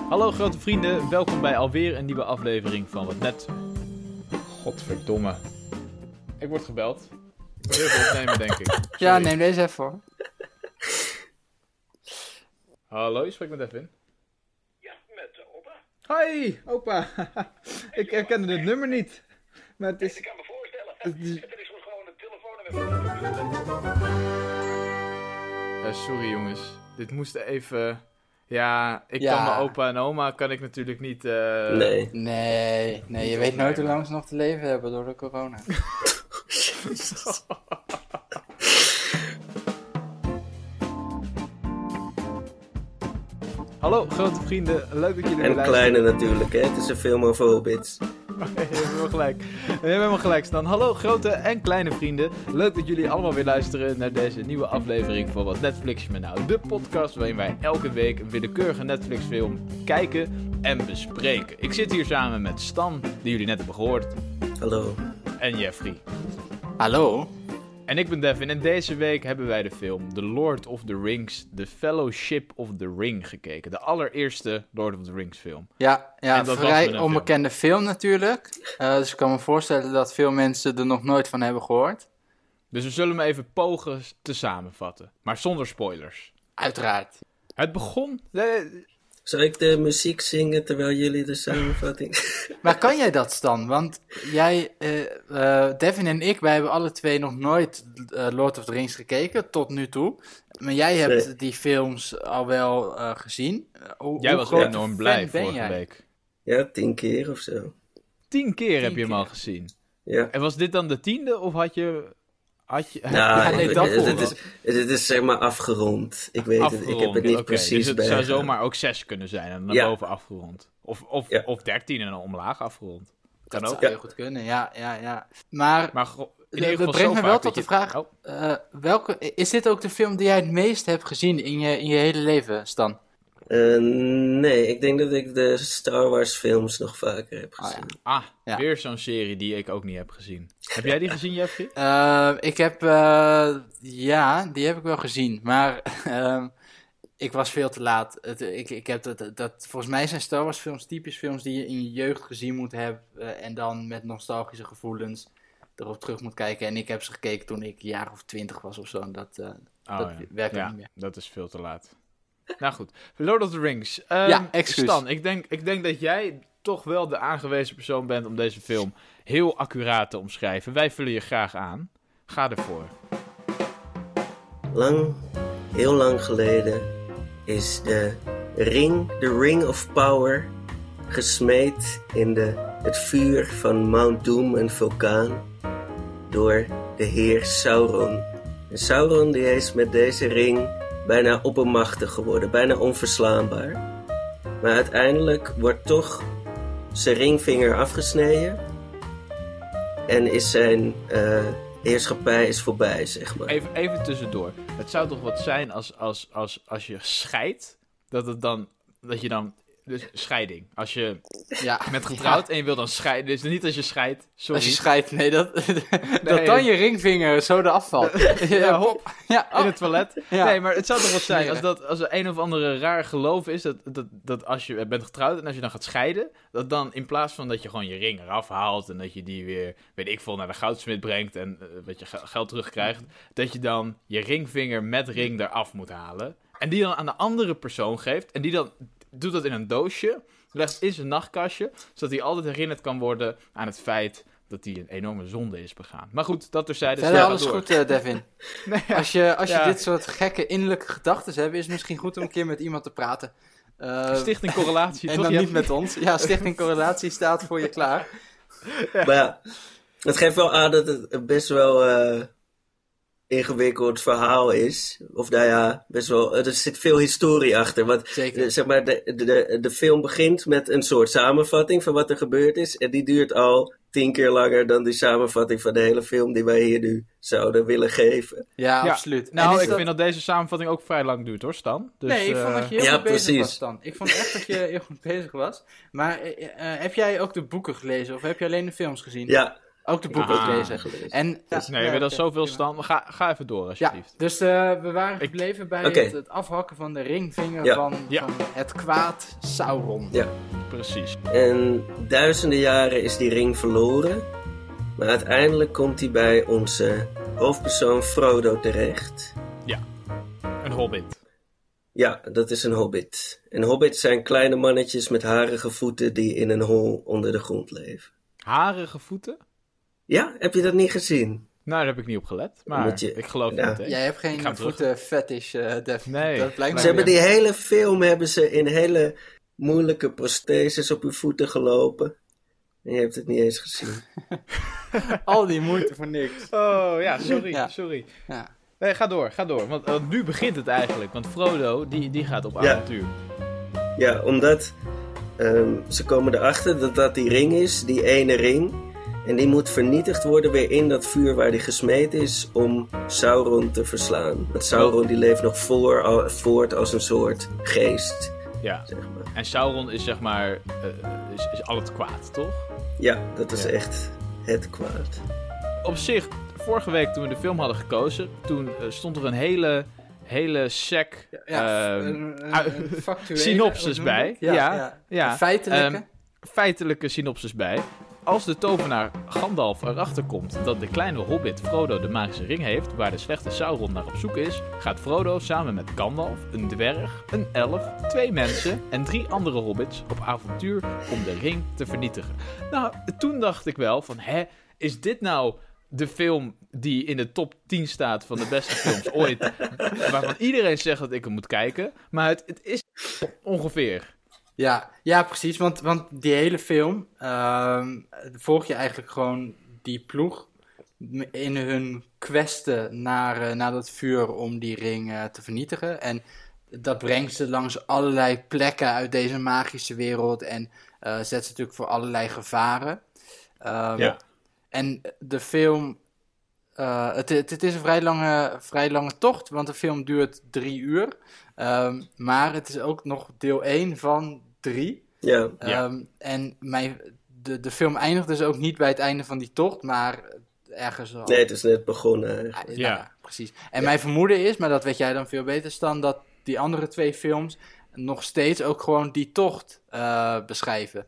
Hallo grote vrienden, welkom bij alweer een nieuwe aflevering van Wat Net. Godverdomme. Ik word gebeld. Ik wil heel veel opnemen, denk ik. Sorry. Ja, neem deze even voor. Hallo, je spreekt met Edwin. Ja, met opa. Hi, opa. Ik herkende het nummer niet. Maar het is... Ik kan me voorstellen. Het is... Het is gewoon een telefoon. sorry jongens, dit moest even... Ja, kan mijn opa en oma kan ik natuurlijk niet... Nee, je weet nooit hoe lang ze nog te leven hebben door de corona. Hallo grote vrienden, leuk dat jullie weer luisteren. En kleine natuurlijk, hè? Het is een film over hobbits. Je hebt helemaal gelijk. Je hebt helemaal gelijk staan. Hallo grote en kleine vrienden. Leuk dat jullie allemaal weer luisteren naar deze nieuwe aflevering van Wat Netflix me nou. De podcast waarin wij elke week een willekeurige Netflix film kijken en bespreken. Ik zit hier samen met Stan, die jullie net hebben gehoord. Hallo. En Jeffrey. Hallo. En ik ben Devin en deze week hebben wij de film The Lord of the Rings, The Fellowship of the Ring gekeken. De allereerste Lord of the Rings film. Ja, een vrij onbekende film natuurlijk. Dus ik kan me voorstellen dat veel mensen er nog nooit van hebben gehoord. Dus we zullen hem even pogen te samenvatten, maar zonder spoilers. Uiteraard. Het begon... Zal ik de muziek zingen terwijl jullie de samenvatting... Maar kan jij dat, Stan? Want jij, Devin en ik, wij hebben alle twee nog nooit Lord of the Rings gekeken, tot nu toe. Maar jij hebt die films al wel gezien. Jij was enorm blij vorige week. Ja, 10 keer of zo. 10 keer heb je hem al gezien? Ja. En was dit dan de 10e of had je... Het is zeg maar afgerond. Ik weet het, ik heb het niet precies dus het zou zomaar ook 6 kunnen zijn en naar boven afgerond. Of 13 en dan omlaag afgerond. Kan dat ook. zou heel goed kunnen, ja. Maar in ieder geval brengt me wel tot de vraag, is dit ook de film die jij het meest hebt gezien in je hele leven, Stan? Nee, ik denk dat ik de Star Wars films nog vaker heb gezien. Weer zo'n serie die ik ook niet heb gezien. Heb jij die gezien, Jeffrey? Ik heb, die heb ik wel gezien, maar ik was veel te laat. Ik heb volgens mij zijn Star Wars films typisch films die je in je jeugd gezien moet hebben en dan met nostalgische gevoelens erop terug moet kijken. En ik heb ze gekeken toen ik een jaar of 20 was of zo. En dat werkt ook niet meer. Dat is veel te laat. Nou goed, Lord of the Rings. Excuus. Stan, ik denk dat jij toch wel de aangewezen persoon bent om deze film heel accuraat te omschrijven. Wij vullen je graag aan. Ga ervoor. Heel lang geleden is de Ring of Power gesmeed in het vuur van Mount Doom, een vulkaan, door de heer Sauron. En Sauron die is met deze ring bijna oppermachtig geworden, bijna onverslaanbaar. Maar uiteindelijk wordt toch zijn ringvinger afgesneden en is zijn heerschappij is voorbij, zeg maar. Even tussendoor. Het zou toch wat zijn als je scheidt, dat je dan... Dus scheiding. Als je bent getrouwd en je wil dan scheiden. Dus niet als je scheidt. Sorry. Als je scheidt, nee. Dat dan je ringvinger zo eraf valt. In het toilet. Ja. Nee, maar het zou toch wat zijn als er een of andere raar geloof is. Dat als je bent getrouwd en als je dan gaat scheiden. Dat dan in plaats van dat je gewoon je ring eraf haalt. En dat je die weer, weet ik veel, naar de goudsmid brengt. En wat je geld terugkrijgt. Dat je dan je ringvinger met ring eraf moet halen. En die dan aan de andere persoon geeft. En die dan... doet dat in een doosje, legt in zijn nachtkastje, zodat hij altijd herinnerd kan worden aan het feit dat hij een enorme zonde is begaan. Maar goed, dat terzijde. Verder alles goed, Devin. Nee, Als je dit soort gekke innerlijke gedachten hebt, is het misschien goed om een keer met iemand te praten. Stichting Correlatie, en toch? dan niet met ons. Ja, Stichting Correlatie staat voor je klaar. Maar ja, het geeft wel aan dat het best wel... ingewikkeld verhaal is. Of nou ja, best wel... Er zit veel historie achter. Want zeg maar, de film begint met een soort samenvatting van wat er gebeurd is. En die duurt al 10 keer langer dan die samenvatting van de hele film die wij hier nu zouden willen geven. Ja, absoluut. Nou, ik vind dat deze samenvatting ook vrij lang duurt, hoor, Stan. Dus, nee, ik vond dat je heel goed bezig was, Stan. Ik vond echt dat je heel goed bezig was. Maar heb jij ook de boeken gelezen? Of heb je alleen de films gezien? Ja, Ook de boeken gelezen. En, Nee, je bent al zoveel stand. Ga even door, alsjeblieft. Dus we waren gebleven bij het afhakken van de ringvinger van het kwaad Sauron. Ja, precies. En duizenden jaren is die ring verloren. Maar uiteindelijk komt hij bij onze hoofdpersoon Frodo terecht. Ja, een hobbit. Ja, dat is een hobbit. En hobbits zijn kleine mannetjes met harige voeten die in een hol onder de grond leven. Harige voeten? Ja, heb je dat niet gezien? Nou, daar heb ik niet op gelet, maar ik geloof niet. Hè. Jij hebt geen voetenfetish, Def. Nee. Dat blijkt Ze hebben die hele film in hele moeilijke prostheses op hun voeten gelopen. En je hebt het niet eens gezien. Al die moeite voor niks. Oh ja, sorry. Ja. Nee, ga door. Want nu begint het eigenlijk. Want Frodo, die gaat op avontuur. Ja, omdat ze komen erachter dat dat die ring is, die ene ring. En die moet vernietigd worden weer in dat vuur waar die gesmeed is om Sauron te verslaan. Want Sauron die leeft nog voort als een soort geest. Ja, zeg maar. En Sauron is zeg maar, is al het kwaad, toch? Ja, dat is echt het kwaad. Op zich, vorige week toen we de film hadden gekozen, toen stond er een hele sec synopsis bij. Ja. Feitelijke synopsis bij. Als de tovenaar Gandalf erachter komt dat de kleine hobbit Frodo de magische ring heeft, waar de slechte Sauron naar op zoek is, gaat Frodo samen met Gandalf, een dwerg, een elf, 2 mensen en 3 andere hobbits op avontuur om de ring te vernietigen. Nou, toen dacht ik wel van, is dit nou de film die in de top 10 staat van de beste films ooit, waarvan iedereen zegt dat ik hem moet kijken, maar het is ongeveer. Ja, precies, want die hele film volg je eigenlijk gewoon die ploeg in hun questen naar dat vuur om die ring te vernietigen. En dat brengt ze langs allerlei plekken uit deze magische wereld en zet ze natuurlijk voor allerlei gevaren. En de film, het is een vrij lange tocht, want de film duurt 3 uur. Maar het is ook nog deel 1 van 3. Ja. En de film eindigt dus ook niet bij het einde van die tocht, maar ergens al. Nee, het is net begonnen. Ja, precies. En mijn vermoeden is, maar dat weet jij dan veel beter, Stan, dat die andere 2 films nog steeds ook gewoon die tocht beschrijven.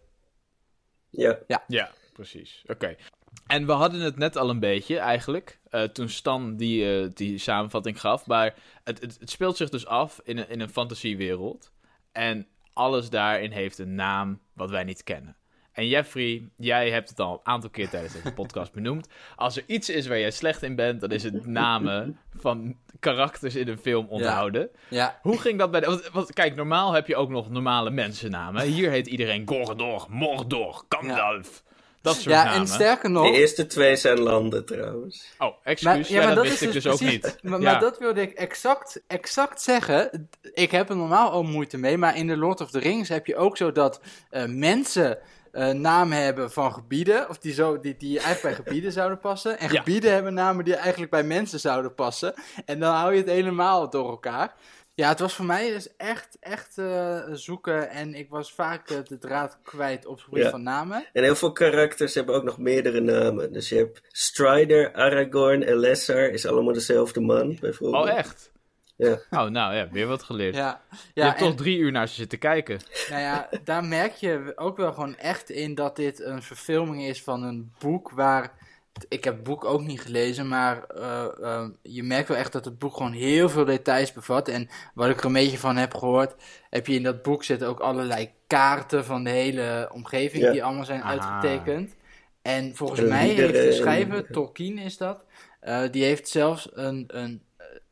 Ja, precies. Oké. En we hadden het net al een beetje eigenlijk, toen Stan die samenvatting gaf, maar het speelt zich dus af in een fantasiewereld. En alles daarin heeft een naam wat wij niet kennen. En Jeffrey, jij hebt het al een aantal keer tijdens deze podcast benoemd. Als er iets is waar jij slecht in bent, dan is het namen van karakters in een film onthouden. Ja. Hoe ging dat bij want kijk, normaal heb je ook nog normale mensennamen. Hier heet iedereen Gondor, Mordor, Gandalf. Dat soort namen. En sterker nog... De eerste 2 zijn landen trouwens. Oh, excuus. Maar dat wist ik dus ook niet. Maar dat wilde ik exact zeggen. Ik heb er normaal ook moeite mee. Maar in The Lord of the Rings heb je ook zo dat mensen namen hebben van gebieden. Of die eigenlijk bij gebieden zouden passen. En gebieden hebben namen die eigenlijk bij mensen zouden passen. En dan hou je het helemaal door elkaar. Ja, het was voor mij dus echt zoeken en ik was vaak de draad kwijt op het gebied van namen. En heel veel karakters hebben ook nog meerdere namen. Dus je hebt Strider, Aragorn en Lesser, is allemaal dezelfde man, bijvoorbeeld. Oh, echt? Ja. Oh, nou ja, weer wat geleerd. Ja, je hebt toch 3 uur naar ze zitten kijken. Nou ja, daar merk je ook wel gewoon echt in dat dit een verfilming is van een boek waar... Ik heb het boek ook niet gelezen, maar je merkt wel echt dat het boek gewoon heel veel details bevat. En wat ik er een beetje van heb gehoord, heb je in dat boek zitten ook allerlei kaarten van de hele omgeving die allemaal zijn uitgetekend. En volgens mij heeft de schrijver, Tolkien is dat, die heeft zelfs een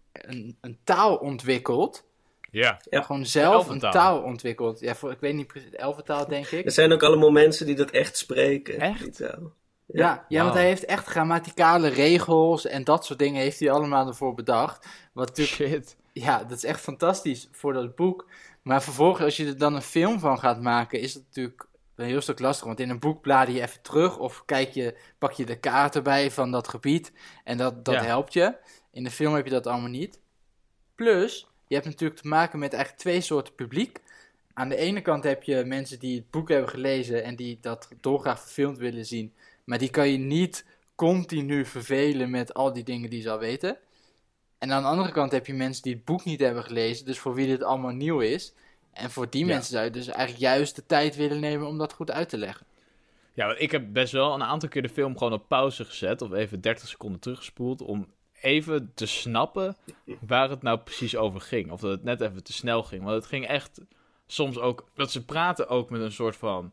taal ontwikkeld. Ja. Gewoon zelf een taal ontwikkeld. Ja, ik weet niet precies, elfentaal denk ik. Er zijn ook allemaal mensen die dat echt spreken. Echt? Die taal. Ja, want hij heeft echt grammaticale regels en dat soort dingen heeft hij allemaal ervoor bedacht. Wat natuurlijk, ja, dat is echt fantastisch voor dat boek. Maar vervolgens, als je er dan een film van gaat maken, is het natuurlijk een heel stuk lastig. Want in een boek blader je even terug of pak je de kaart erbij van dat gebied en dat helpt je. In de film heb je dat allemaal niet. Plus, je hebt natuurlijk te maken met eigenlijk 2 soorten publiek. Aan de ene kant heb je mensen die het boek hebben gelezen en die dat dolgraag verfilmd willen zien. Maar die kan je niet continu vervelen met al die dingen die ze al weten. En aan de andere kant heb je mensen die het boek niet hebben gelezen, dus voor wie dit allemaal nieuw is. En voor die mensen zou je dus eigenlijk juist de tijd willen nemen om dat goed uit te leggen. Ja, want ik heb best wel een aantal keer de film gewoon op pauze gezet, of even 30 seconden teruggespoeld, om even te snappen waar het nou precies over ging. Of dat het net even te snel ging. Want het ging echt soms ook, dat ze praten ook met een soort van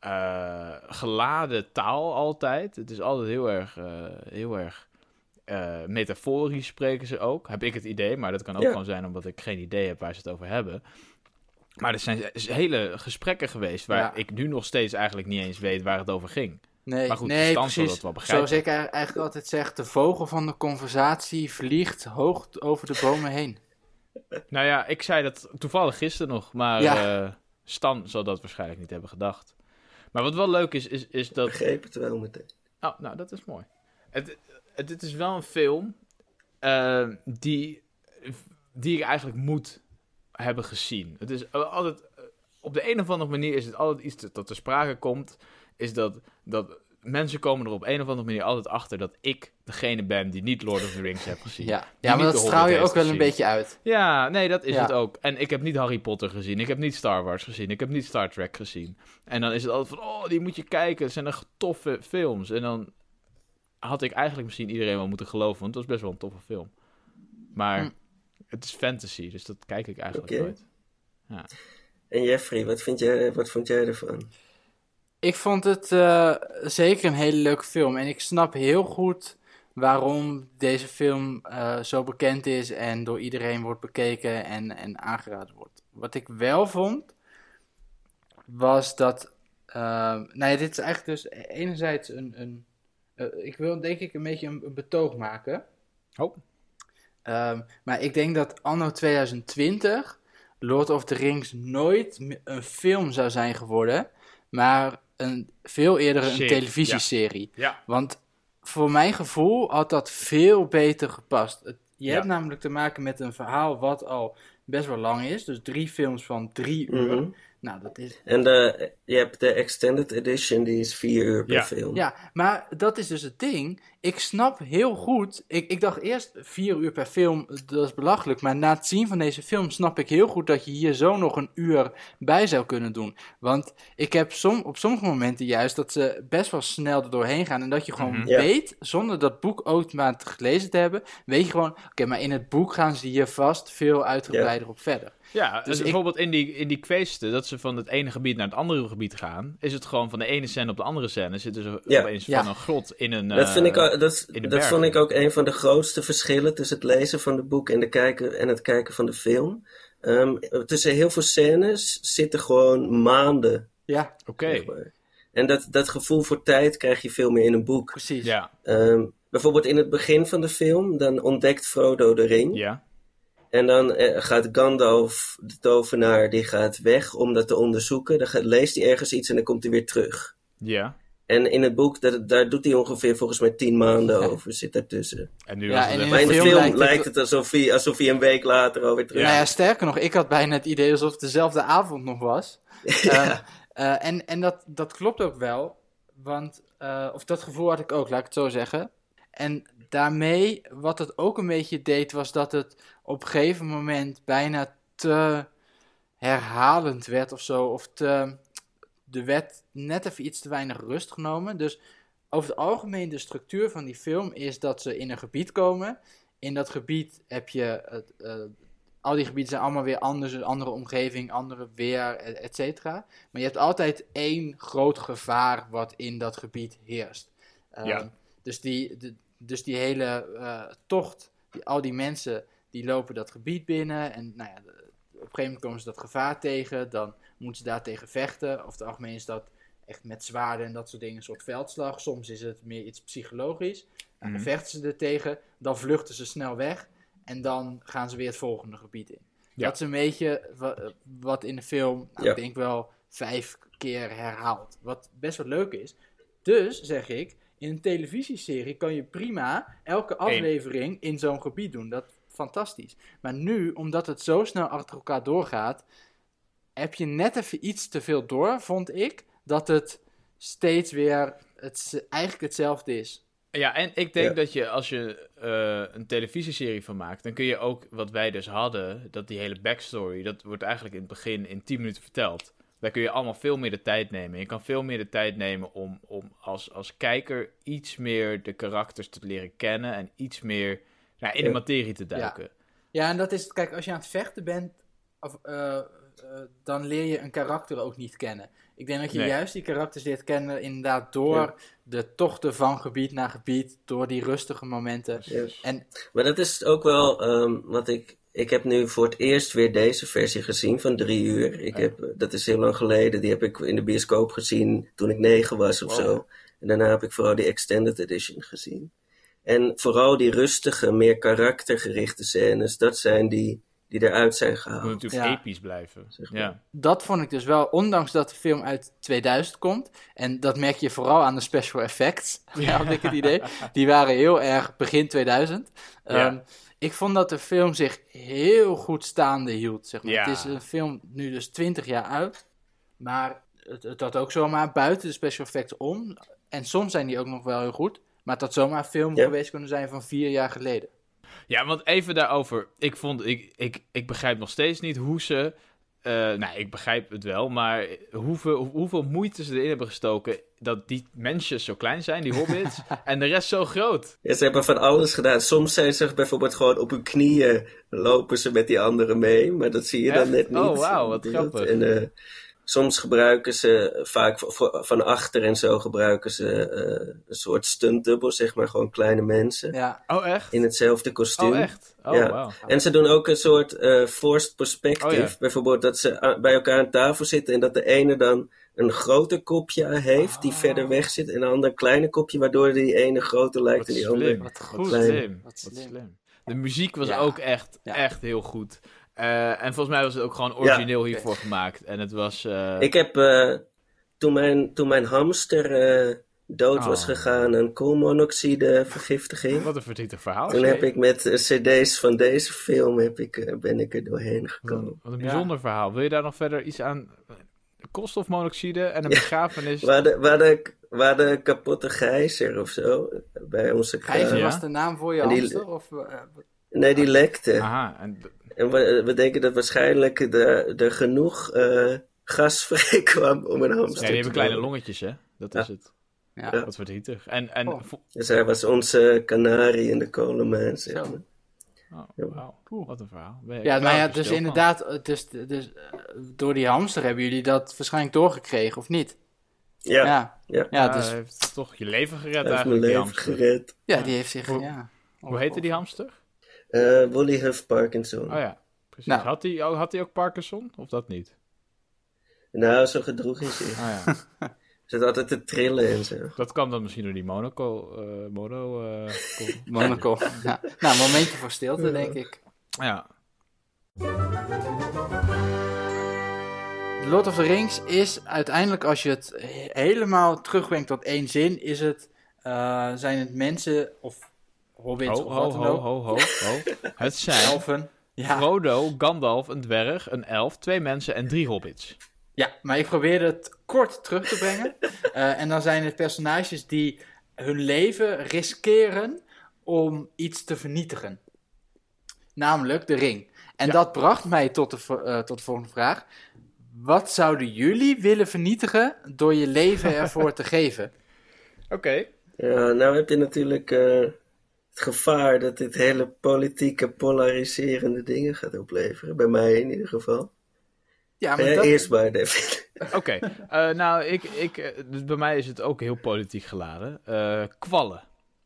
geladen taal altijd. Het is altijd heel erg metaforisch spreken ze ook. Heb ik het idee, maar dat kan ook gewoon zijn omdat ik geen idee heb waar ze het over hebben. Maar er zijn hele gesprekken geweest waar ik nu nog steeds eigenlijk niet eens weet waar het over ging. Nee, maar goed, nee, de stand zal precies. dat wel begrijpen. Zoals ik eigenlijk altijd zeg, de vogel van de conversatie vliegt hoog over de bomen heen. Nou ja, ik zei dat toevallig gisteren nog, maar Stan zal dat waarschijnlijk niet hebben gedacht. Maar wat wel leuk is dat... Ik begreep het wel meteen. Oh, nou, dat is mooi. Het is wel een film die ik eigenlijk moet hebben gezien. Het is altijd... Op de een of andere manier is het altijd iets dat ter sprake komt, is dat mensen komen er op een of andere manier altijd achter dat ik degene ben die niet Lord of the Rings heb gezien. Ja, maar dat straal je ook wel een beetje uit. Ja, nee, dat is het ook. En ik heb niet Harry Potter gezien, ik heb niet Star Wars gezien, ik heb niet Star Trek gezien. En dan is het altijd van, oh, die moet je kijken, het zijn echt toffe films. En dan had ik eigenlijk misschien iedereen wel moeten geloven, want het was best wel een toffe film. Maar het is fantasy, dus dat kijk ik eigenlijk nooit. Ja. En Jeffrey, wat vond jij ervan? Ik vond het zeker een hele leuke film. En ik snap heel goed waarom deze film zo bekend is en door iedereen wordt bekeken en aangeraden wordt. Wat ik wel vond, was dat... dit is eigenlijk dus enerzijds ik wil denk ik een beetje een betoog maken. Oh. Maar ik denk dat anno 2020 Lord of the Rings nooit een film zou zijn geworden, maar veel eerder een televisieserie. Ja. Want voor mijn gevoel had dat veel beter gepast. Je hebt namelijk te maken met een verhaal wat al best wel lang is. Dus 3 films van 3 uur. Mm-hmm. Nou, dat is... En je hebt de extended edition, die is 4 uur per film. Ja, maar dat is dus het ding. Ik snap heel goed... Ik dacht eerst 4 uur per film, dat is belachelijk. Maar na het zien van deze film snap ik heel goed dat je hier zo nog een uur bij zou kunnen doen. Want ik heb op sommige momenten juist dat ze best wel snel er doorheen gaan. En dat je gewoon weet, zonder dat boek ook maar gelezen te hebben, weet je gewoon, oké, maar in het boek gaan ze hier vast veel uitgebreider op verder. Ja, dus bijvoorbeeld in die kweesten, dat ze van het ene gebied naar het andere gebied gaan, is het gewoon van de ene scène op de andere scène. Zitten ze opeens van een grot in een Dat vond ik ook een van de grootste verschillen tussen het lezen van het boek en het kijken van de film. Tussen heel veel scènes zitten gewoon maanden. Ja, oké. Zeg maar. En dat gevoel voor tijd krijg je veel meer in een boek. Precies. Ja. Bijvoorbeeld in het begin van de film, dan ontdekt Frodo de ring. Ja. En dan gaat Gandalf, de tovenaar, die gaat weg om dat te onderzoeken. Dan leest hij ergens iets en dan komt hij weer terug. Ja. En in het boek, daar doet hij ongeveer volgens mij 10 maanden over, zit daartussen. En nu maar in de film lijkt het alsof hij een week later alweer terug is. Nou ja, sterker nog, ik had bijna het idee alsof het dezelfde avond nog was. En dat klopt ook wel, want, of dat gevoel had ik ook, laat ik het zo zeggen. En daarmee, wat het ook een beetje deed, was dat het op een gegeven moment bijna te herhalend werd of zo. Of er werd net even iets te weinig rust genomen. Dus over het algemeen, de structuur van die film is dat ze in een gebied komen. In dat gebied heb je, al die gebieden zijn allemaal weer anders, een andere omgeving, andere weer, et cetera. Maar je hebt altijd één groot gevaar wat in dat gebied heerst. Dus die hele tocht, al die mensen die lopen dat gebied binnen en nou ja, op een gegeven moment komen ze dat gevaar tegen, dan moeten ze daar tegen vechten. Over het algemeen is dat echt met zwaarden en dat soort dingen, een soort veldslag. Soms is het meer iets psychologisch. Dan vechten ze er tegen, dan vluchten ze snel weg en dan gaan ze weer het volgende gebied in. Ja. Dat is een beetje wat in de film, ik denk wel 5 keer herhaald. Wat best wel leuk is. Dus, zeg ik, in een televisieserie kan je prima elke aflevering in zo'n gebied doen. Dat is fantastisch. Maar nu, omdat het zo snel achter elkaar doorgaat, heb je net even iets te veel door, vond ik, dat het steeds weer eigenlijk hetzelfde is. Ja, en ik denk dat je, als je een televisieserie van maakt, dan kun je ook, wat wij dus hadden, dat die hele backstory, dat wordt eigenlijk in het begin in 10 minuten verteld. Daar kun je allemaal veel meer de tijd nemen. Je kan veel meer de tijd nemen om als kijker iets meer de karakters te leren kennen en iets meer in de materie te duiken. Ja, en dat is, kijk, als je aan het vechten bent, dan leer je een karakter ook niet kennen. Ik denk dat je juist die karakters leert kennen inderdaad door de tochten van gebied naar gebied, door die rustige momenten. Maar dat is ook wel wat ik heb nu voor het eerst weer deze versie gezien van 3 uur. Dat is heel lang geleden. Die heb ik in de bioscoop gezien toen ik 9 was of zo. En daarna heb ik vooral die Extended Edition gezien. En vooral die rustige, meer karaktergerichte scènes, dat zijn die eruit zijn gehaald. Het moet natuurlijk episch blijven. Zeg maar. Ja. Dat vond ik dus wel, ondanks dat de film uit 2000 komt. En dat merk je vooral aan de special effects, had ik het idee. Die waren heel erg begin 2000. Ik vond dat de film zich heel goed staande hield. Zeg maar. Ja. Het is een film nu dus 20 jaar oud. Maar het had ook zomaar buiten de special effects om. En soms zijn die ook nog wel heel goed. Maar het had zomaar een film geweest kunnen zijn van 4 jaar geleden. Ja, want even daarover. Ik begrijp nog steeds niet hoe ze... ik begrijp het wel, maar hoeveel moeite ze erin hebben gestoken dat die mensjes zo klein zijn, die hobbits, en de rest zo groot. Ja, ze hebben van alles gedaan. Soms zijn ze bijvoorbeeld gewoon op hun knieën lopen ze met die anderen mee, maar dat zie je dan net niet. Oh, wauw, wat grappig. En soms gebruiken ze, vaak van achter en zo, gebruiken ze een soort stuntdubbel, zeg maar, gewoon kleine mensen. Ja. Oh, echt? In hetzelfde kostuum. Oh, echt? Oh, ja. wauw. En ze doen ook een soort forced perspective. Oh, ja. Bijvoorbeeld dat ze bij elkaar aan tafel zitten en dat de ene dan een groter kopje heeft die verder weg zit en de ander een kleiner kopje, waardoor die ene groter lijkt en die andere Wat kleiner. slim. De muziek was ook echt heel goed. En volgens mij was het ook gewoon origineel hiervoor gemaakt. En het was... Ik heb, toen mijn hamster dood was gegaan aan koolmonoxidevergiftiging. Wat een verdrietig verhaal. Toen heb ik met cd's van deze film ben ik er doorheen gekomen. Wat een bijzonder verhaal. Wil je daar nog verder iets aan... Koolstofmonoxide en een begrafenis... We hadden kapotte gijzer of zo bij onze kraan. Gijzer was de naam voor je hamster? Nee, die lekte. Aha. En we denken dat waarschijnlijk er genoeg gas vrij kwam om een hamster die hebben te kleine doden. longetjes, hè? Dat is het. Ja. Wat verdrietig. Dus hij was onze kanarie in de kolenmijn, zeg maar. Wauw, wat een verhaal. Dus inderdaad, dus, door die hamster hebben jullie dat waarschijnlijk doorgekregen, of niet? Ja. Dus heeft toch je leven gered hij heeft eigenlijk, mijn die leven hamster. gered. Ja, die heeft zich, Hoe heette die hamster? Wally Huff Parkinson. Oh ja, precies. Nou. Had hij ook Parkinson, of dat niet? Nou, zo gedroeg hij zich. Oh ja. Zit altijd te trillen en zo. Dat kwam dan misschien door die monocle. Monaco. Ja. Nou, een momentje voor stilte, denk ik. Ja. Lord of the Rings is uiteindelijk, als je het helemaal terugbrengt tot één zin, zijn het mensen of hobbits of wat dan ook. Het zijn Elfen. Ja. Frodo, Gandalf, een dwerg, een elf, 2 mensen en 3 hobbits. Ja, maar ik probeerde het kort terug te brengen. En dan zijn het personages die hun leven riskeren om iets te vernietigen. Namelijk de ring. En dat bracht mij tot de volgende vraag. Wat zouden jullie willen vernietigen door je leven ervoor te geven? Oké. Ja, nou heb je natuurlijk het gevaar dat dit hele politieke polariserende dingen gaat opleveren. Bij mij in ieder geval. Ja, maar eerst maar, David. Oké. Dus bij mij is het ook heel politiek geladen. Kwallen.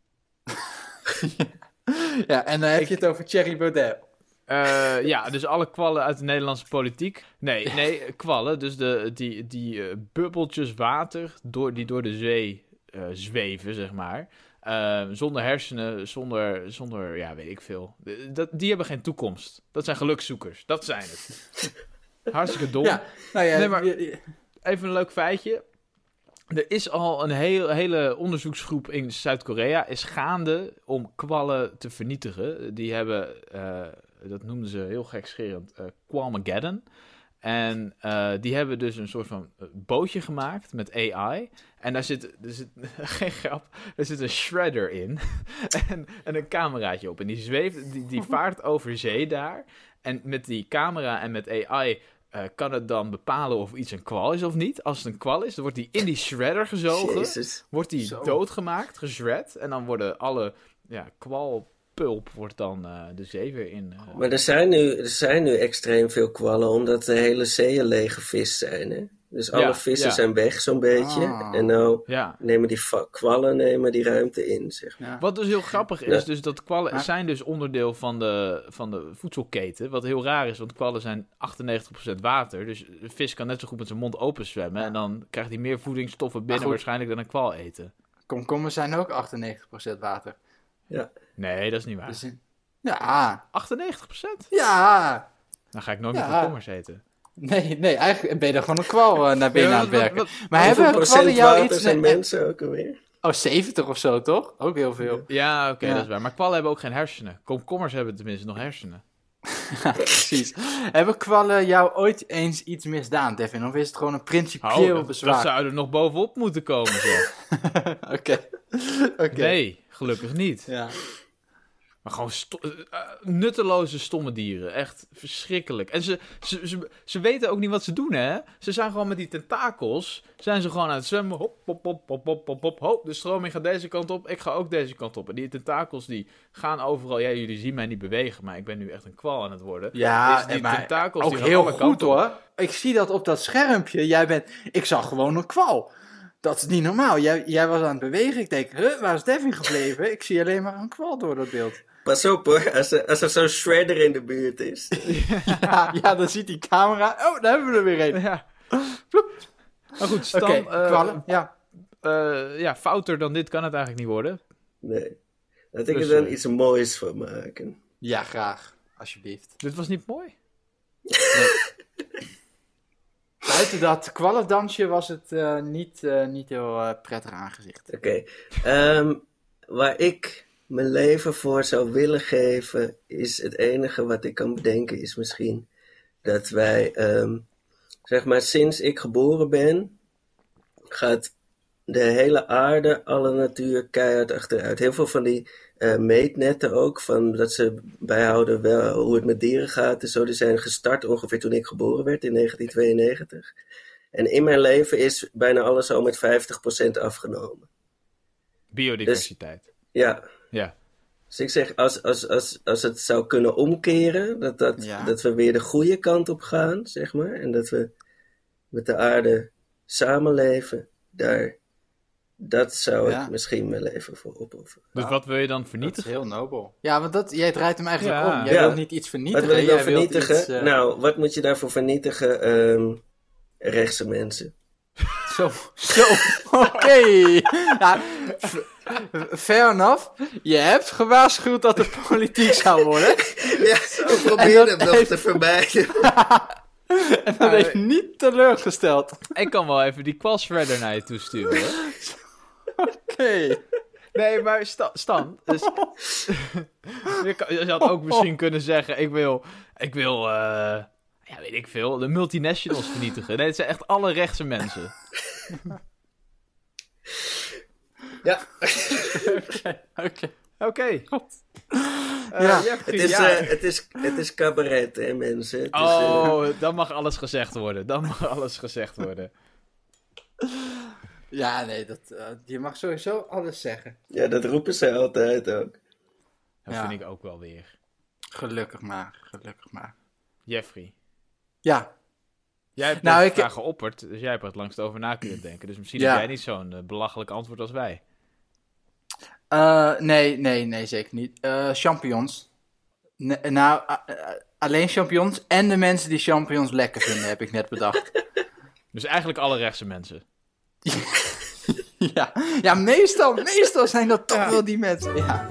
Ja, en dan heb je het over Thierry Baudet. Dus alle kwallen uit de Nederlandse politiek. Nee, kwallen. Dus die bubbeltjes water die door de zee zweven, zeg maar. Zonder hersenen, zonder weet ik veel. Die hebben geen toekomst. Dat zijn gelukszoekers. Dat zijn het. Hartstikke dom. Ja, nou ja, nee, maar even een leuk feitje. Er is al een hele onderzoeksgroep in Zuid-Korea is gaande om kwallen te vernietigen. Die hebben, dat noemden ze heel gekscherend, Kwalmageddon. En die hebben dus een soort van bootje gemaakt met AI. En daar zit geen grap, er zit een shredder in en een cameraatje op. En die zweeft, die vaart over zee daar. En met die camera en met AI kan het dan bepalen of iets een kwal is of niet. Als het een kwal is, dan wordt die in die shredder gezogen. Jezus. Wordt die doodgemaakt, geschred. En dan worden alle kwalpulp wordt dan de zee weer in. Maar er zijn nu extreem veel kwallen, omdat de hele zeeën lege vis zijn, hè? Dus alle vissen zijn weg, zo'n beetje. En nou nemen die kwallen die ruimte in, zeg maar. Ja. Wat dus heel grappig is, dus dat kwallen zijn dus onderdeel van de voedselketen. Wat heel raar is, want kwallen zijn 98% water. Dus de vis kan net zo goed met zijn mond open zwemmen. En dan krijgt hij meer voedingsstoffen binnen waarschijnlijk dan een kwal eten. Komkommers zijn ook 98% water. Ja. Nee, dat is niet waar. Dus, ja. 98%? Ja. Dan ga ik nooit meer komkommers eten. Nee, eigenlijk ben je er gewoon een kwal naar binnen aan het werken. Maar hoeveel hebben kwallen jou iets... zijn mensen ook alweer? Oh, 70 of zo, toch? Ook heel veel. Ja, oké, dat is waar. Maar kwallen hebben ook geen hersenen. Komkommers hebben tenminste nog hersenen. Ja, precies. Hebben kwallen jou ooit eens iets misdaan, Devin? Of is het gewoon een principieel bezwaar? Dat zou er nog bovenop moeten komen, zeg. Oké. Nee, gelukkig niet. Ja. Maar gewoon nutteloze stomme dieren. Echt verschrikkelijk. En ze weten ook niet wat ze doen, hè? Ze zijn gewoon met die tentakels... zijn ze gewoon aan het zwemmen. Hop, hop, hop, hop, hop, hop, hop, hop. De stroming gaat deze kant op. Ik ga ook deze kant op. En die tentakels die gaan overal... Ja, jullie zien mij niet bewegen, maar ik ben nu echt een kwal aan het worden. Ja, dus die maar tentakels ook die gaan heel alle goed, kanten op. hoor. Ik zie dat op dat schermpje. Ik zag gewoon een kwal. Dat is niet normaal. Jij was aan het bewegen. Ik denk, waar is Devin gebleven? Ik zie alleen maar een kwal door dat beeld. Pas op hoor, als er zo'n shredder in de buurt is. Ja, dan ziet die camera. Oh, daar hebben we er weer een. Ja. Ploep. Maar goed, Stan, Oké, kwallen, ja. Fouter dan dit kan het eigenlijk niet worden. Nee. Laat ik er dan iets moois van maken. Ja, graag. Alsjeblieft. Dit was niet mooi? Buiten dat kwallendansje was het niet heel prettig aangezicht. Oké. Waar ik mijn leven voor zou willen geven, is het enige wat ik kan bedenken, is misschien dat wij, zeg maar, sinds ik geboren ben, gaat de hele aarde, alle natuur keihard achteruit. Heel veel van die meetnetten ook, van dat ze bijhouden wel hoe het met dieren gaat en zo, die zijn gestart ongeveer toen ik geboren werd in 1992. En in mijn leven is bijna alles al met 50% afgenomen. Biodiversiteit. Dus, ja. Ja. Dus ik zeg, als het zou kunnen omkeren, dat we weer de goede kant op gaan, zeg maar, en dat we met de aarde samenleven, dat zou ik misschien mijn leven voor opofferen. Dus wat wil je dan vernietigen? Dat is heel nobel. Ja, want jij draait hem eigenlijk Ja. om. Jij wilt niet iets vernietigen. Wat wil ik dan jij wilt vernietigen? iets, Nou, wat moet je daarvoor vernietigen? Rechtse mensen. Zo. Oké. Ja, fair enough. Je hebt gewaarschuwd dat er politiek zou worden. Ja, ik probeer hem nog te vermijden. En dat heeft niet teleurgesteld. Ik kan wel even die kwalshredder naar je toesturen, hoor. Oké. Nee, maar Stan, dus, je had ook misschien kunnen zeggen, ik wil weet ik veel, de multinationals vernietigen. Nee, het zijn echt alle rechtse mensen. Ja. Oké. Ja. Het is cabaret, hè, mensen. Dan mag alles gezegd worden. Ja, nee, je mag sowieso alles zeggen. Ja, dat roepen ze altijd ook. Dat vind ik ook wel weer. Gelukkig maar. Jeffrey. Ja. Jij hebt de vraag geopperd, dus jij hebt er het langst over na kunnen denken. Dus misschien heb jij niet zo'n belachelijk antwoord als wij. Nee, zeker niet. Champignons. Alleen champignons en de mensen die champignons lekker vinden, heb ik net bedacht. Dus eigenlijk alle rechtse mensen. Ja, meestal zijn dat toch wel die mensen. Ja.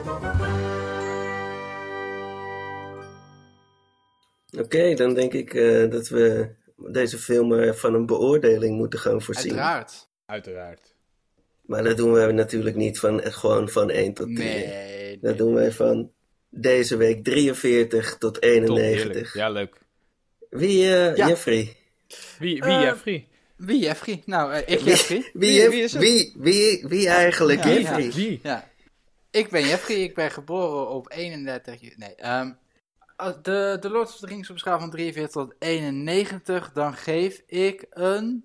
Oké, dan denk ik dat we deze film van een beoordeling moeten gaan voorzien. Uiteraard. Maar dat doen we natuurlijk niet gewoon van 1 tot 10. Nee. Dat doen wij van deze week 43 tot 91. Ja, leuk. Wie, Ja. Jeffrey? Wie Jeffrey? Wie Jeffrey? Nou, ik Jeffrey. Wie is het? Wie eigenlijk Ja, Jeffrey? Wie? Ja. Ik ben Jeffrey, ik ben geboren op 31 juli. Nee, de Lord of the Rings op een schaal van 43 tot 91, dan geef ik een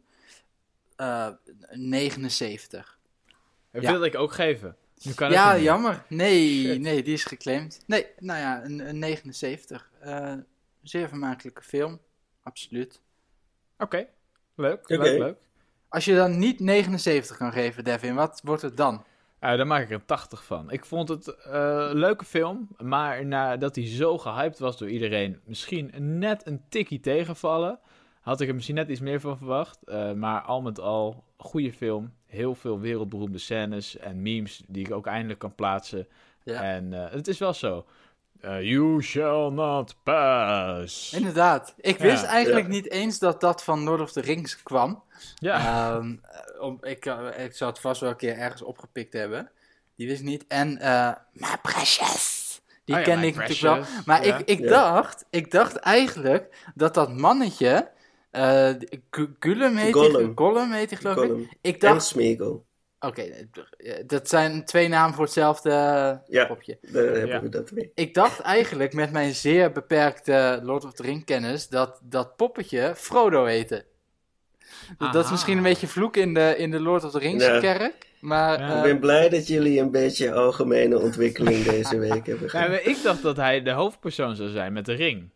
79. Dat Ja. wilde ik ook geven. Nu kan het Ja, niet meer. jammer. Shit. Nee, die is geclaimd. Nee, nou ja, een 79. Zeer vermakelijke film, absoluut. Oké. Leuk, Oké. leuk. Als je dan niet 79 kan geven, Devin, wat wordt het dan? Daar maak ik er 80 van. Ik vond het een leuke film, maar nadat hij zo gehyped was door iedereen, misschien net een tikkie tegenvallen, had ik er misschien net iets meer van verwacht. Maar al met al, goede film. Heel veel wereldberoemde scènes en memes die ik ook eindelijk kan plaatsen. Ja. En het is wel zo. You shall not pass. Inderdaad. Ik wist Ja. eigenlijk niet eens dat dat van Lord of the Rings kwam. Ja. Ik zou het vast wel een keer ergens opgepikt hebben. Die wist ik niet. En My Precious. Die Oh ja, kende My ik natuurlijk wel. Precious. Maar Ja. ik dacht eigenlijk dat mannetje... Gollum heet Gollum. hij. Gollum heet hij, geloof ik. Gollum. Ik En dacht... Smeagol. Oké, dat zijn twee namen voor hetzelfde Ja. popje. Daar hebben Ja. we dat weer. Ik dacht eigenlijk met mijn zeer beperkte Lord of the Ring kennis dat poppetje Frodo heette. Dat is Aha. misschien een beetje vloek in de Lord of the Rings Ja. kerk. Maar Ja. Ik ben blij dat jullie een beetje algemene ontwikkeling deze week hebben Ja, gehad. maar ik dacht dat hij de hoofdpersoon zou zijn met de ring.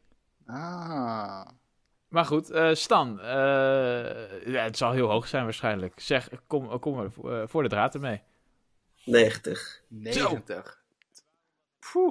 Maar goed, Stan. Ja, het zal heel hoog zijn waarschijnlijk. Zeg, kom maar voor de draad ermee. 90. 90. Poeh.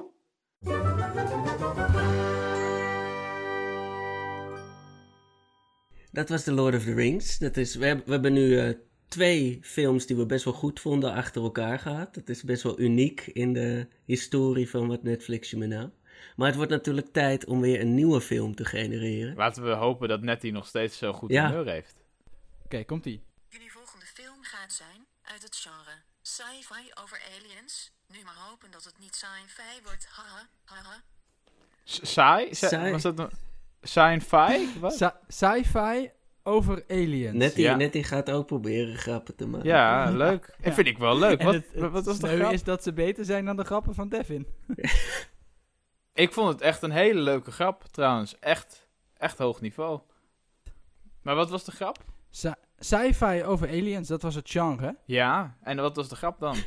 Dat was The Lord of the Rings. We hebben nu 2 films die we best wel goed vonden achter elkaar gehad. Dat is best wel uniek in de historie van wat Netflix je me nou. Maar het wordt natuurlijk tijd om weer een nieuwe film te genereren. Laten we hopen dat Nettie nog steeds zo goed Ja. humeur heeft. Oké, komt-ie. Jullie volgende film gaat zijn uit het genre sci-fi over aliens. Nu maar hopen dat het niet sci-fi wordt. Haha, haha. Saai? Saai. Was dat een... Sci-fi? Wat? Sci-fi over aliens. Nettie gaat ook proberen grappen te maken. Ja, leuk. Dat vind ik wel leuk. En Wat was de sneu grap? is dat ze beter zijn dan de grappen van Devin. Ik vond het echt een hele leuke grap, trouwens. Echt hoog niveau. Maar wat was de grap? Sci-fi over aliens, dat was het genre. Ja, en wat was de grap dan?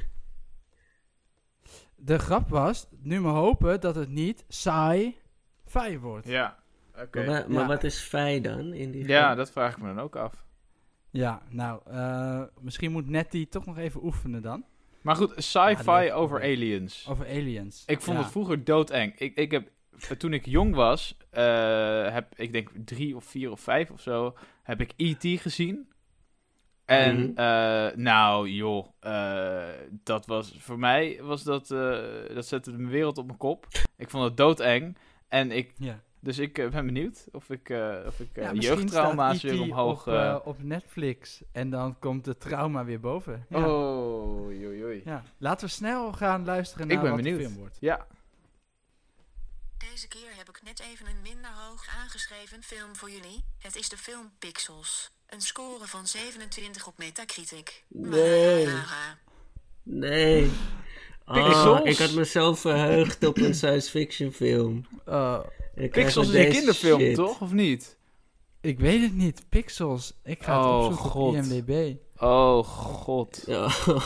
De grap was, nu maar hopen dat het niet sci-fi wordt. Ja, oké. Maar Ja. wat is fij dan in die Ja, film? dat vraag ik me dan ook af. Ja, nou, misschien moet Nettie toch nog even oefenen dan. Maar goed, sci-fi leuk. over aliens. Over aliens. Ik vond Ja. het vroeger doodeng. Ik heb, toen ik jong was, heb ik denk 3 of 4 of 5 of zo, heb ik E.T. gezien. En, nou joh, dat was, voor mij was dat zette de wereld op mijn kop. Ik vond het doodeng. En Ja. dus ik ben benieuwd of ik Ja, misschien jeugdtrauma's staat weer E.T. omhoog... op Netflix. En dan komt het trauma weer boven. Ja. Oh, oei, oei. Ja. Laten we snel gaan luisteren Ik naar ben wat benieuwd. de film wordt. Ja. Deze keer heb ik net even een minder hoog aangeschreven film voor jullie. Het is de film Pixels. Een score van 27 op Metacritic. Nee. Haha. Nee. Pixels? Ik had mezelf verheugd op een science fiction film. Pixels Ik krijg is een deze kinderfilm, shit. toch? Of niet? Ik weet het niet. Pixels. Ik ga het Oh, opzoeken God. op IMDb. Oh, god. Ja.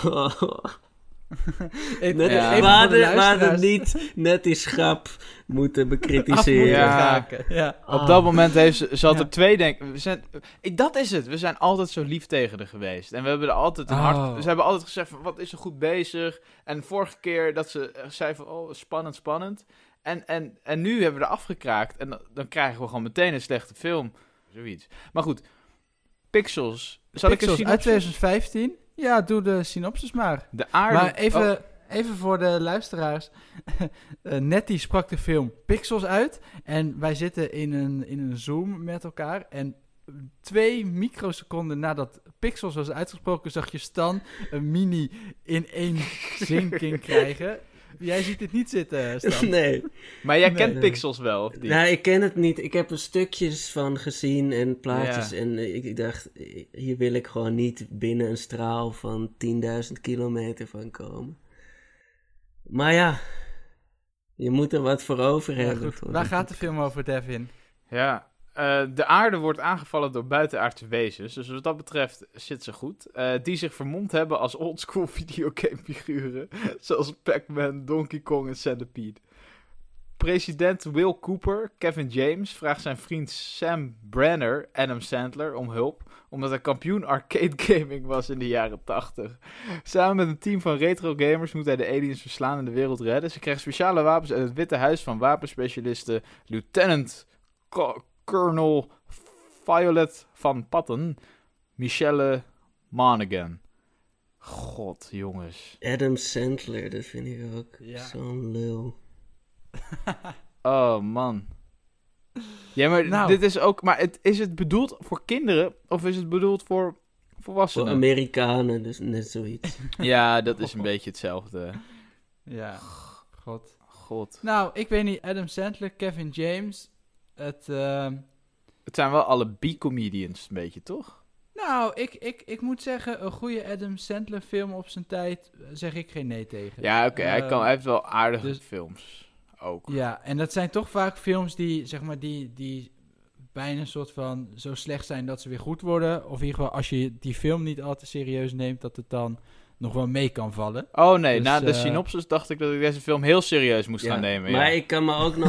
Even Net, Ja. voor de we hadden luisteraars niet net die schap moeten bekritiseren. Ja. afmaken. Ja. Op dat moment heeft ze had Ja. er 2 denken. Dat is het. We zijn altijd zo lief tegen haar geweest. En we hebben er altijd een hart. Oh. Ze hebben altijd gezegd van, wat is ze goed bezig. En vorige keer dat ze zei van, oh, spannend. En nu hebben we er afgekraakt. En dan krijgen we gewoon meteen een slechte film. Zoiets. Maar goed. Pixels. Zal ik Pixels een uit synopsis? 2015. Ja, doe de synopsis maar. De aarde... Maar even, Oh, even voor de luisteraars. Nettie sprak de film Pixels uit. En wij zitten in een Zoom met elkaar. En 2 microseconden nadat Pixels was uitgesproken, zag je Stan een mini in 1 zinking krijgen. Jij ziet het niet zitten, Stan. Nee. Maar jij kent nee. Pixels wel, of niet? Nou, ik ken het niet. Ik heb er stukjes van gezien en plaatjes. Ja. En ik dacht, hier wil ik gewoon niet binnen een straal van 10.000 kilometer van komen. Maar ja, je moet er wat voor over Ja, hebben. goed. Waar gaat de film over, Devin? Ja, de aarde wordt aangevallen door buitenaardse wezens. Dus wat dat betreft zit ze goed. Die zich vermomd hebben als oldschool videogamefiguren. Zoals Pac-Man, Donkey Kong en Centipede. President Will Cooper, Kevin James, vraagt zijn vriend Sam Brenner, Adam Sandler, om hulp. Omdat hij kampioen arcade gaming was in de jaren 80. Samen met een team van retro gamers moet hij de aliens verslaan en de wereld redden. Ze krijgen speciale wapens uit het Witte Huis van wapenspecialiste Lieutenant Colonel Violet van Patten, Michelle Monaghan. God, jongens. Adam Sandler, dat vind ik ook Ja. zo'n lul. Oh, man. Ja, maar Nou. dit is ook... Maar is het bedoeld voor kinderen of is het bedoeld voor Voor volwassenen? Amerikanen, dus net zoiets. Ja, dat is een beetje hetzelfde. Ja, god. God. Nou, ik weet niet. Adam Sandler, Kevin James. Het, Het zijn wel alle B-comedians een beetje, toch? nou, ik moet zeggen, een goede Adam Sandler film op zijn tijd, zeg ik geen nee tegen. Ja, oké. Hij heeft wel aardige dus- films. Ook. Ja, en dat zijn toch vaak films die, zeg maar, die bijna een soort van zo slecht zijn dat ze weer goed worden. Of in ieder geval, als je die film niet al te serieus neemt, dat het dan nog wel mee kan vallen. Oh nee, Dus, na de synopsis dacht ik dat ik deze film heel serieus moest gaan nemen. Maar Ja. ik kan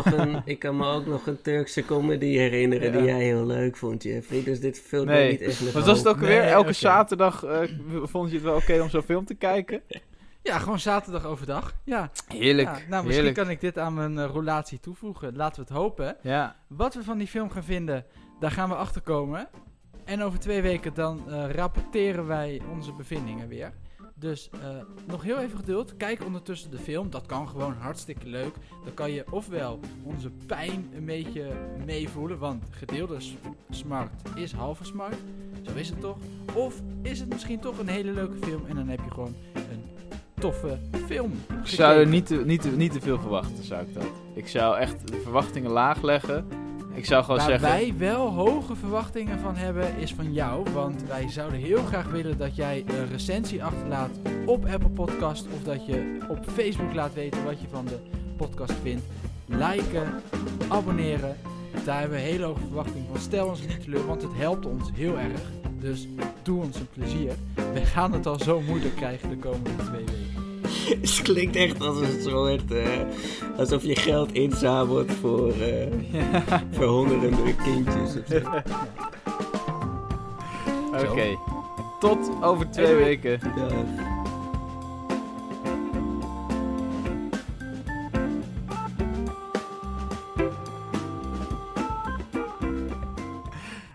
me ook nog een Turkse comedy herinneren die jij heel leuk vond, Jeffrey. Dus dit vult mij Nee, niet echt met wat was het hoop. ook weer? Nee, Elke oké. zaterdag vond je het wel oké om zo'n film te kijken? Ja, gewoon zaterdag overdag. Ja, Heerlijk. ja. Nou, misschien heerlijk. kan ik dit aan mijn roulatie toevoegen. Laten we het hopen. Ja. Wat we van die film gaan vinden, daar gaan we achter komen. En over 2 weken dan rapporteren wij onze bevindingen weer. Dus nog heel even geduld. Kijk ondertussen de film. Dat kan gewoon hartstikke leuk. Dan kan je ofwel onze pijn een beetje meevoelen. Want gedeelde smart is halve smart. Zo is het toch? Of is het misschien toch een hele leuke film. En dan heb je gewoon een toffe film. Ik zou er gekeken. niet te veel verwachten, zou ik dat. Ik zou echt de verwachtingen laag leggen. Ik zou gewoon Waar zeggen... wij wel hoge verwachtingen van hebben, is van jou. Want wij zouden heel graag willen dat jij een recensie achterlaat op Apple Podcast. Of dat je op Facebook laat weten wat je van de podcast vindt. Liken, abonneren. Daar hebben we hele hoge verwachtingen van. Stel ons niet teleur, want het helpt ons heel erg. Dus doe ons een plezier. We gaan het al zo moeilijk krijgen de komende 2 weken. Het klinkt echt als een soort... alsof je geld inzamelt voor honderden kindjes of zo. Oké. Tot over 2 Hey, doei. weken. Ja.